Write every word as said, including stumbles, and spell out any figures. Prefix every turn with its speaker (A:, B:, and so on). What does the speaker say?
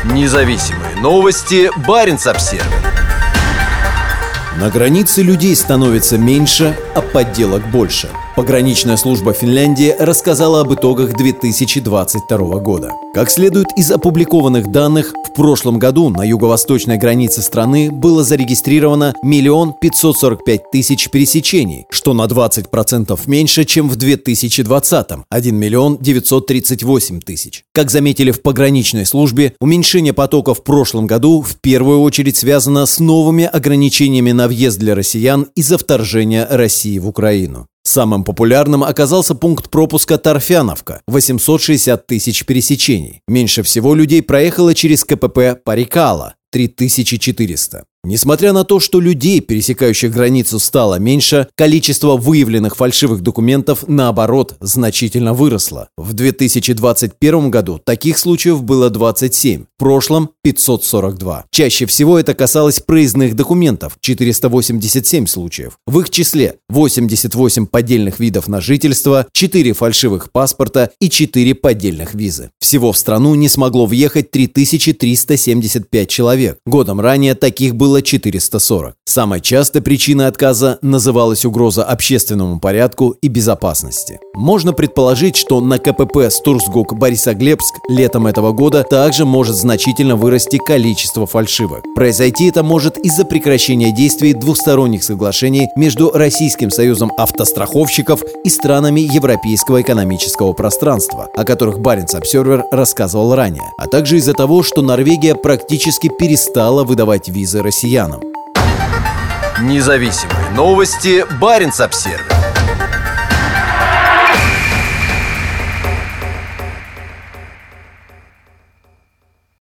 A: Независимые новости. Баренц-Обсервер.
B: На границе людей становится меньше, а подделок больше. Пограничная служба Финляндии рассказала об итогах две тысячи двадцать второго года. Как следует из опубликованных данных, в прошлом году на юго-восточной границе страны было зарегистрировано миллион пятьсот сорок пять тысяч пересечений, что на двадцать процентов меньше, чем в две тысячи двадцатом – один миллион девятьсот тридцать восемь тысяч. Как заметили в пограничной службе, уменьшение потока в прошлом году в первую очередь связано с новыми ограничениями на въезд для россиян из-за вторжения России в Украину. Самым популярным оказался пункт пропуска Торфяновка – восемьсот шестьдесят тысяч пересечений. Меньше всего людей проехало через КПП Парикала – три тысячи четыреста. Несмотря на то, что людей, пересекающих границу, стало меньше, количество выявленных фальшивых документов, наоборот, значительно выросло. В две тысячи двадцать первом году таких случаев было двадцать семь, в прошлом – пятьсот сорок два. Чаще всего это касалось проездных документов – четыреста восемьдесят семь случаев. В их числе восемьдесят восемь поддельных видов на жительство, четыре фальшивых паспорта и четыре поддельных визы. Всего в страну не смогло въехать три тысячи триста семьдесят пять человек. Годом ранее таких было четыреста сорок. Самой частой причиной отказа называлась угроза общественному порядку и безопасности. Можно предположить, что на КПП Стурсгук-Борисоглебск летом этого года также может значительно вырасти количество фальшивок. Произойти это может из-за прекращения действий двусторонних соглашений между Российским союзом автостраховщиков и странами Европейского экономического пространства, о которых Баренц-Обсервер рассказывал ранее, а также из-за того, что Норвегия практически перестала выдавать визы россиянам.
A: Независимые новости. Баренц-Обсервер.